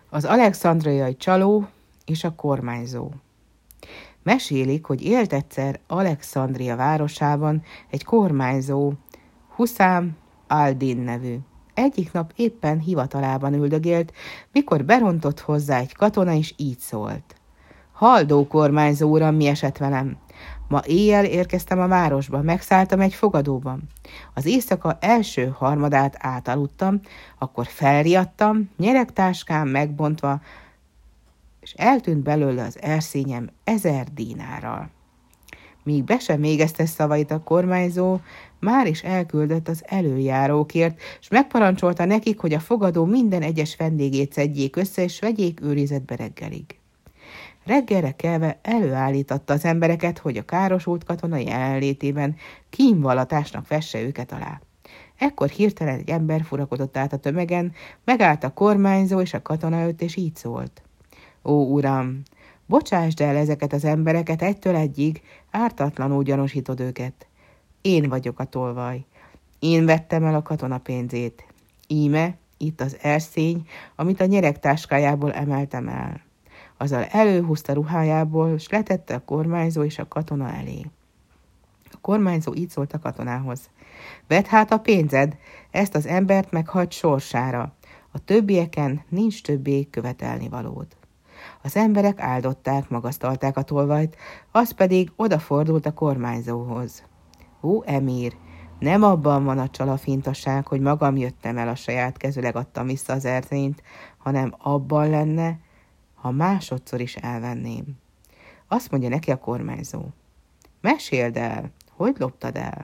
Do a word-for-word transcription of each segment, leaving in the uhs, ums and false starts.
Az alexandriai csaló és a kormányzó. Mesélik, hogy élt egyszer Alexandria városában egy kormányzó, Huszám al-Din nevű. Egyik nap éppen hivatalában üldögélt, mikor berontott hozzá egy katona, és így szólt. Haldó kormányzó uram, mi esett velem? Ma éjjel érkeztem a városba, megszálltam egy fogadóban. Az éjszaka első harmadát átaludtam, akkor felriadtam, nyeregtáskám megbontva, és eltűnt belőle az erszényem ezer dínárral. Míg be sem végezte szavait a kormányzó, már is elküldött az előjárókért, és megparancsolta nekik, hogy a fogadó minden egyes vendégét szedjék össze, és vegyék őrizetbe reggelig. Reggelre kelve előállította az embereket, hogy a károsult katona jelenlétében kínvallatásnak vesse őket alá. Ekkor hirtelen egy ember furakodott át a tömegen, megállt a kormányzó és a katona előtt, és így szólt. Ó, uram, bocsásd el ezeket az embereket egytől egyig, ártatlanul gyanúsítod őket. Én vagyok a tolvaj. Én vettem el a katona pénzét. Íme, itt az erszény, amit a nyeregtáskájából emeltem el. Azzal előhúzta ruhájából, s letette a kormányzó és a katona elé. A kormányzó így szólt a katonához. Vedd hát a pénzed, ezt az embert meghagyd sorsára. A többieken nincs többé követelni valód. Az emberek áldották, magasztalták a tolvajt, az pedig odafordult a kormányzóhoz. Ó, emír, nem abban van a csalafintaság, hogy magam jöttem el, a saját kezüleg adtam vissza az erszényt, hanem abban lenne, ha másodszor is elvenném. Azt mondja neki a kormányzó. Meséld el, hogy loptad el?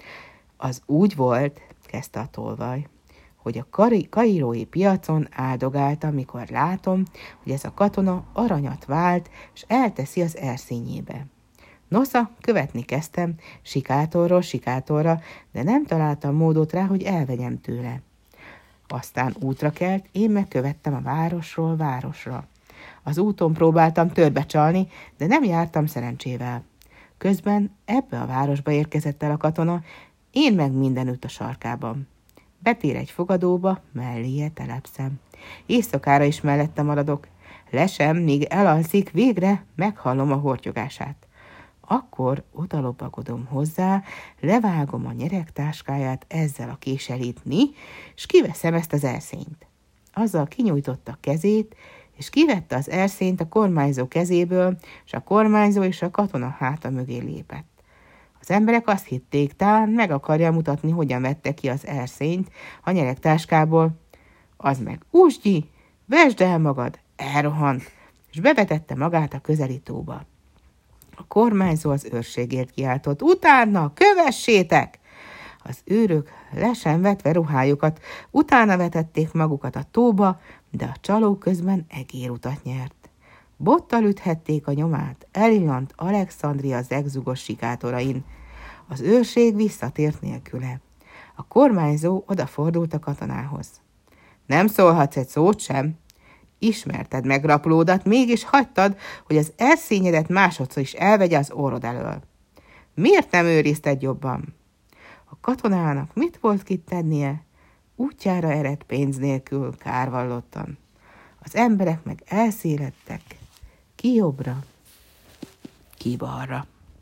Az úgy volt, kezdte a tolvaj, hogy a kari- kairói piacon áldogáltam, mikor látom, hogy ez a katona aranyat vált, és elteszi az erszényébe. Nosza, követni kezdtem, sikátorról sikátorra, de nem találtam módot rá, hogy elvegyem tőle. Aztán útra kelt, én megkövettem a városról városra. Az úton próbáltam törbe csalni, de nem jártam szerencsével. Közben ebbe a városba érkezett el a katona, én meg mindenütt a sarkában. Betér egy fogadóba, melléje telepszem. Éjszakára is mellette maradok. Lesem, míg elalszik, végre meghallom a hortyogását. Akkor odalopagodom hozzá, levágom a nyeregtáskáját ezzel a késelítni, és kiveszem ezt az erszényt. Azzal kinyújtotta kezét, és kivette az erszényt a kormányzó kezéből, és a kormányzó és a katona háta mögé lépett. Az emberek azt hitték, talán meg akarja mutatni, hogyan vette ki az erszényt a nyeregtáskából. Az meg, úsgyi, vesd el magad, elrohant, és bevetette magát a közeli tóba. A kormányzó az őrségért kiáltott, utána, kövessétek! Az őrök le sem vetve ruhájukat, utána vetették magukat a tóba, de a csaló közben egérutat nyert. Bottal üthették a nyomát, elillant Alexandria zegzugos sikátorain. Az őrség visszatért nélküle. A kormányzó odafordult a katonához. Nem szólhatsz egy szót sem? Ismerted meg raplódat, mégis hagytad, hogy az erszényedet másodszor is elvegye az orrod elől. Miért nem őrizted jobban? A katonának mit volt kit tennie? Útjára eredt pénz nélkül, kárvallottan. Az emberek meg elszéledtek, ki jobbra, ki balra.